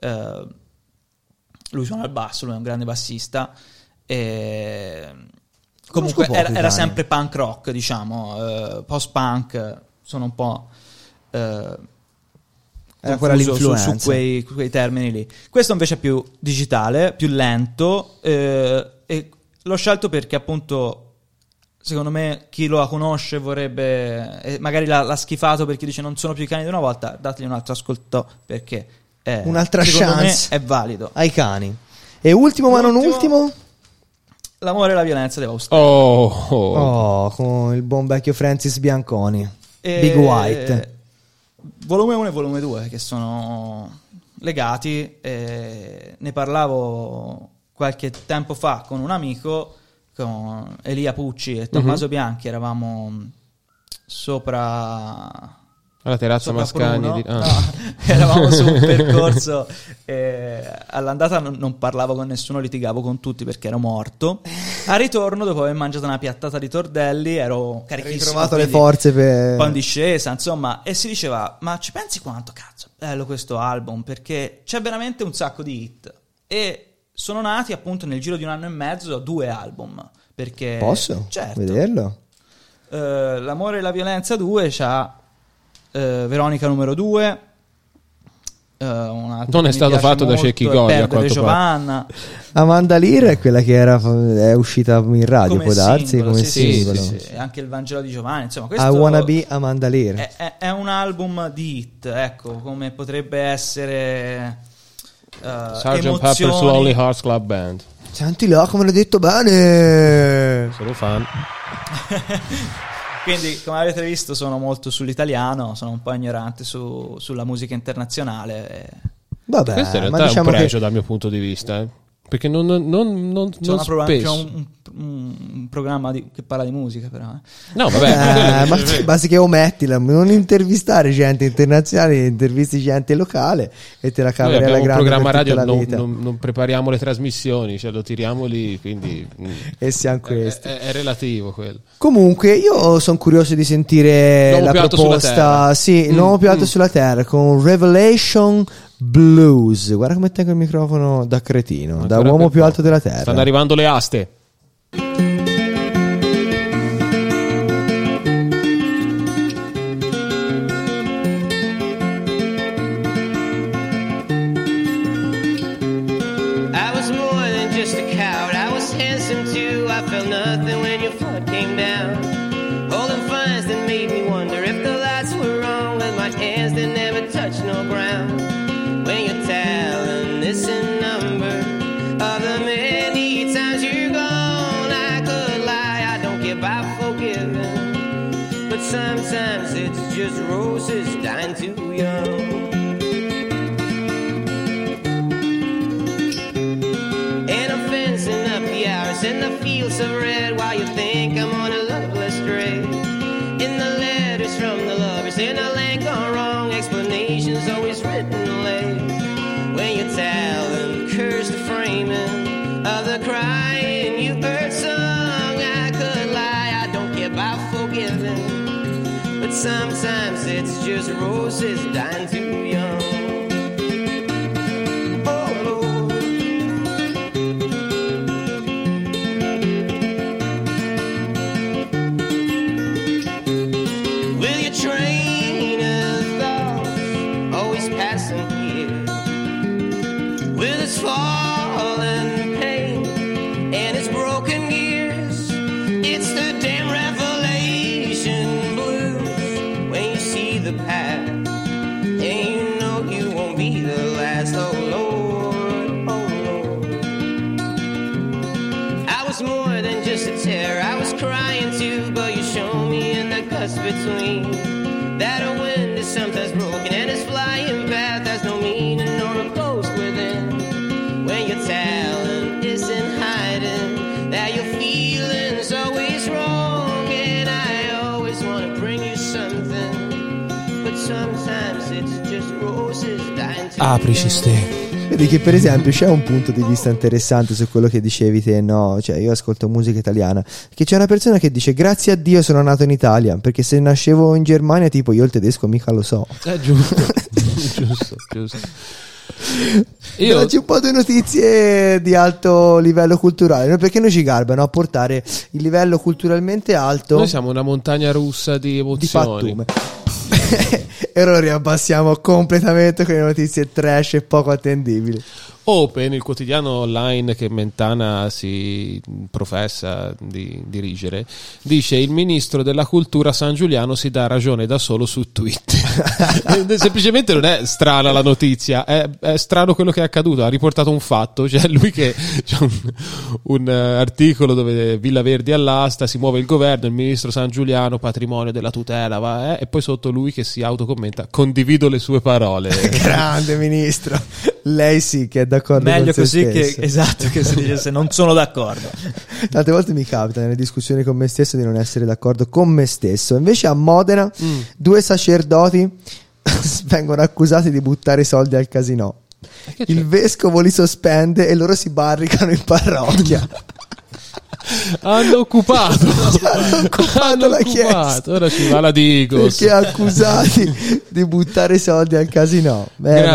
lui suona il basso, lui è un grande bassista e comunque Conosco poco era i Cani. sempre punk rock, diciamo, post-punk. Sono un po' Era quella confuso l'influenza. su quei termini lì. Questo invece è più digitale, più lento, e l'ho scelto perché appunto secondo me chi lo conosce vorrebbe, e magari l'ha schifato perché dice non sono più I Cani di una volta, dategli un altro ascolto perché Un'altra secondo chance me è valido. ai cani. E ultimo ma non L'ultimo- ultimo? L'amore e la violenza dei Australi. Oh, con il buon vecchio Francis Bianconi. Big White. Volume 1 e volume 2 che sono legati. Ne parlavo qualche tempo fa con un amico, con Elia Pucci e Tommaso Bianchi. Eravamo sopra Alla terrazza Mascagni. Pruno. No, eravamo su un percorso. All'andata non parlavo con nessuno, litigavo con tutti perché ero morto. Al ritorno, dopo aver mangiato una piattata di tordelli, ero carichissimo. Ritrovato le quindi forze per... un po' in discesa, insomma, e si diceva: ma ci pensi quanto cazzo è bello questo album, perché c'è veramente un sacco di hit e sono nati appunto nel giro di un anno e mezzo 2 album, perché Posso certo, vederlo? L'amore e la violenza 2 c'ha Veronica numero 2, Non è stato fatto da Cecchi Goglia, a Perdere quanto pare. Giovanna Amanda Lear è quella che è uscita in radio, come può darsi, singolo, come sì, singolo. sì, sì. E anche il Vangelo di Giovanni, insomma, questo I Wanna Be Amanda Lear. è un album di hit, ecco, come potrebbe essere Sgt. Pepper's Lonely Hearts Club Band. Senti là come l'ho detto bene. Sono fan. Quindi, come avete visto, sono molto sull'italiano, sono un po' ignorante sulla musica internazionale. Vabbè, Questo in ma realtà è diciamo un pregio che dal mio punto di vista, perché non C'è spesso. un programma che parla di musica, però. No, vabbè, ma sì, basta che omettila, non intervistare gente internazionale, intervisti gente locale e te la noi caverai abbiamo alla un grande programma per tutta radio, la vita. non prepariamo le trasmissioni, cioè lo tiriamo lì, quindi E siamo questi. è relativo quello. Comunque io sono curioso di sentire L'uomo la più alto sulla proposta, terra. sì, il nuovo più alto sulla terra con Revelation Blues. Guarda come tengo il microfono da cretino, da Ancora uomo per più poco. alto della terra. Stanno arrivando le aste. I was more than just a coward. I was handsome too. I felt nothing when your foot came down. Holding fines that made me wonder if the lights were wrong. With my hands that never touched no ground. When you're telling this in number of the many times you're gone, I could lie. I don't get by forgiving, but sometimes it's just roses dying too young. in the fields of red while you think I'm on a loveless stray. In the letters from the lovers in a land gone wrong, explanations always written late. When you tell and curse the framing of the crying you heard song, I could lie, I don't care about forgiving, but sometimes it's just roses dying too young. Train of thoughts always passing here with its fallen pain and its broken gears. It's the damn Revelation blues when you see the path and you know you won't be the last. Oh Lord, oh Lord. I was more than just a terror, I was crying too, but you showed me in the guts between that a wind is sometimes broken and its flying path has no meaning nor a ghost within. When your talent isn't hiding, that your feeling's always wrong, and I always want to bring you something, but sometimes it's just roses dying to Aprici ste. Vedi che per esempio c'è un punto di vista interessante su quello che dicevi te, no? Cioè io ascolto musica italiana, che c'è una persona che dice grazie a Dio sono nato in Italia, perché se nascevo in Germania tipo io il tedesco mica lo so. Giusto. giusto. Io Oggi un po' di notizie di alto livello culturale, perché noi ci garbano a portare il livello culturalmente alto. Noi siamo una montagna russa di emozioni. Di pattume. E ora lo riabbassiamo completamente con le notizie trash e poco attendibili. Open, il quotidiano online che Mentana si professa di dirigere, dice il ministro della cultura San Giuliano si dà ragione da solo su Twitter. Semplicemente non è strana la notizia, è strano quello che è accaduto. Ha riportato un fatto, cioè lui che c'è un articolo dove Villa Verdi all'asta, si muove il governo, il ministro San Giuliano patrimonio della tutela, e poi sotto lui che si autocommenta condivido le sue parole. Grande ministro, lei sì che è d'accordo meglio con se così stesso. che esatto, che si dice se non sono d'accordo. Tante volte mi capita nelle discussioni con me stesso di non essere d'accordo con me stesso. Invece a Modena 2 sacerdoti vengono accusati di buttare soldi al casinò. Il vescovo li sospende e loro si barricano in parrocchia. Hanno occupato la chiesa. Ora ci va la Digos, perché accusati di buttare soldi al casinò.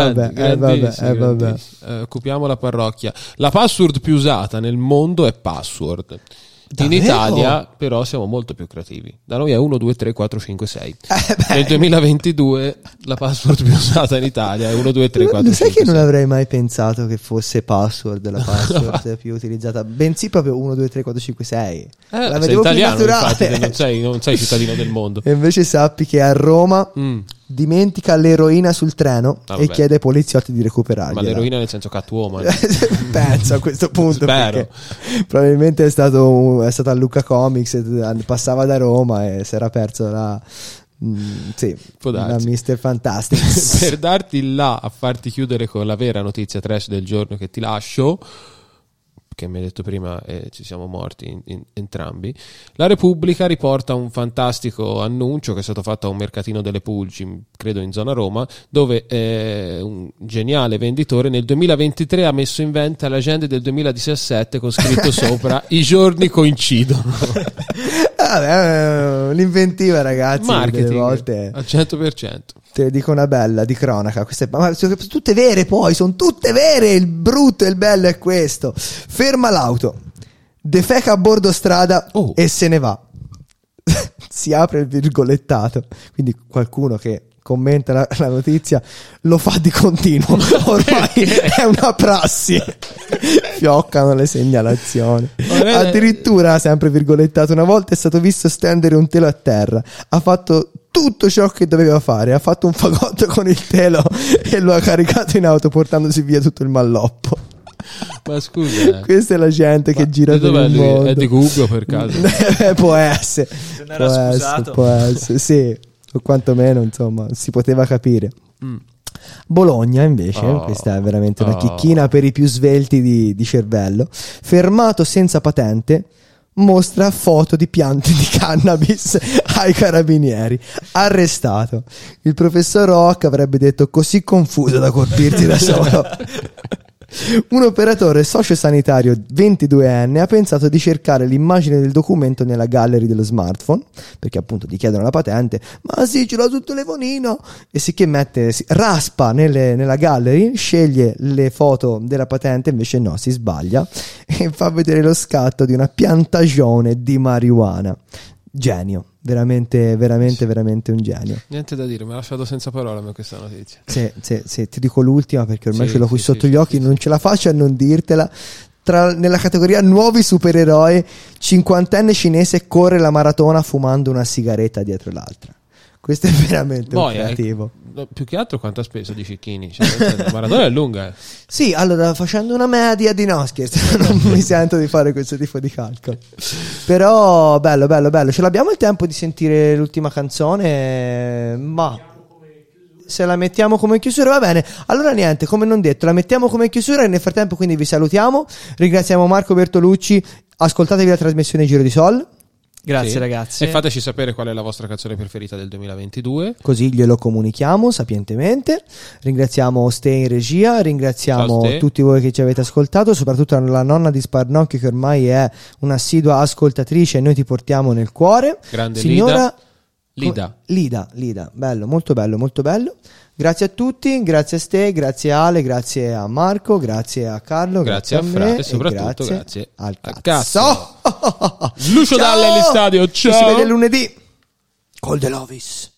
Vabbè. Occupiamo la parrocchia. La password più usata nel mondo è password. Davvero? In Italia però siamo molto più creativi. Da noi è 1, 2, 3, 4, 5, 6. Nel 2022 la password più usata in Italia è 1, 2, 3, 4, 5, 6. Lo sai che non avrei mai pensato che fosse password la password più utilizzata, bensì proprio 1, 2, 3, 4, 5, 6. La Sei vedevo più italiano, naturale. infatti, non sei cittadino del mondo. E invece sappi che a Roma dimentica l'eroina sul treno e chiede ai poliziotti di recuperarla. Ma l'eroina nel senso Catwoman? Penso a questo punto. Spero. Probabilmente è stato a Lucca Comics, passava da Roma e si era perso la Mr. Fantastic. Per darti là a farti chiudere con la vera notizia trash del giorno che ti lascio, che mi hai detto prima, ci siamo morti entrambi. La Repubblica riporta un fantastico annuncio che è stato fatto a un mercatino delle Pulci, credo in zona Roma, dove un geniale venditore nel 2023 ha messo in vendita l'agenda del 2017 con scritto sopra i giorni coincidono. Vabbè, l'inventiva, ragazzi, marketing delle volte al 100%. te ne dico una bella di cronaca. Ma sono tutte vere, poi sono tutte vere. Il brutto e il bello è questo: ferma l'auto, defeca a bordo strada e se ne va. Si apre il virgolettato, quindi qualcuno che commenta la notizia lo fa di continuo, ormai è una prassi. Fioccano le segnalazioni. Addirittura, sempre virgolettato, una volta è stato visto stendere un telo a terra, ha fatto tutto ciò che doveva fare, ha fatto un fagotto con il telo e lo ha caricato in auto portandosi via tutto il malloppo. Ma scusa, questa è la gente che gira per il mondo. È di Google per caso? Può essere, se non era scusato. può essere, sì, o quantomeno insomma si poteva capire. Bologna invece, questa è veramente una chicchina per i più svelti di cervello, fermato senza patente, mostra foto di piante di cannabis ai carabinieri, arrestato. Il professor Rock avrebbe detto: così confuso da colpirti da solo. Un operatore sociosanitario 22enne ha pensato di cercare l'immagine del documento nella gallery dello smartphone, perché appunto gli chiedono la patente, ma sì, ce l'ho sul telefonino, e sicché raspa nella gallery, sceglie le foto della patente, invece no, si sbaglia e fa vedere lo scatto di una piantagione di marijuana. Genio, veramente un genio. Niente da dire, mi ha lasciato senza parole a questa notizia. Sì, ti dico l'ultima perché ormai ce l'ho qui sotto gli occhi, non ce la faccio a non dirtela. Nella categoria nuovi supereroi, 50enne cinese corre la maratona fumando una sigaretta dietro l'altra. Questo è veramente un creativo. Più che altro quanto ha speso di cecchini? La maratona è lunga. Sì, allora facendo una media di no, scherzo, non mi sento di fare questo tipo di calcolo. Però bello. Ce l'abbiamo il tempo di sentire l'ultima canzone? Ma se la mettiamo come chiusura va bene. Allora niente, come non detto, la mettiamo come chiusura e nel frattempo quindi vi salutiamo. Ringraziamo Marco Bertolucci. Ascoltatevi la trasmissione Giro di Sol. Grazie ragazzi. E fateci sapere qual è la vostra canzone preferita del 2022. Così glielo comunichiamo sapientemente. Ringraziamo Ste in regia, ringraziamo tutti voi che ci avete ascoltato, soprattutto la nonna di Sparnocchio che ormai è un'assidua ascoltatrice e noi ti portiamo nel cuore. Grande signora Lida. Bello, molto bello. Grazie a tutti, grazie a Ste, grazie a Ale, grazie a Marco, grazie a Carlo, grazie a me e soprattutto grazie al cazzo. Lucio Dalle agli stadio, ciao. Ci si vede lunedì col De Lovis.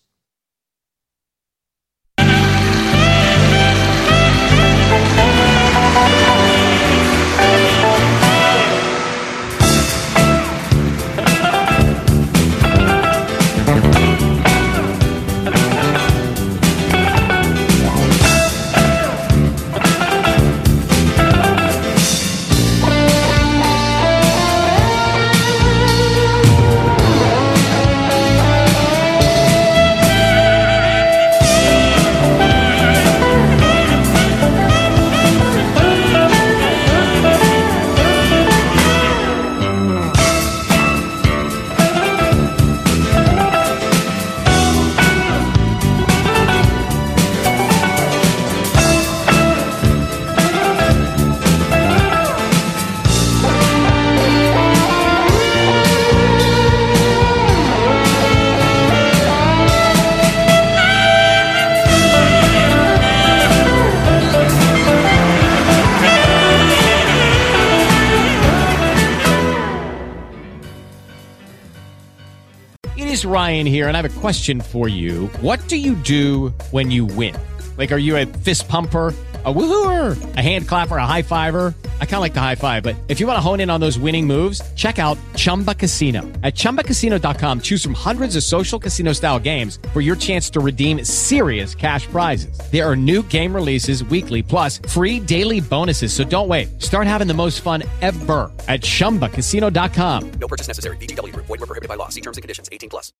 Ryan here, and I have a question for you. What do you do when you win? Like, are you a fist pumper, a woohooer, a hand clapper, a high fiver? I kind of like the high five, but if you want to hone in on those winning moves, check out Chumba Casino. At ChumbaCasino.com, choose from hundreds of social casino style games for your chance to redeem serious cash prizes. There are new game releases weekly, plus free daily bonuses. So don't wait. Start having the most fun ever at ChumbaCasino.com. No purchase necessary. VGW Group. Void where prohibited by law. See terms and conditions. 18+.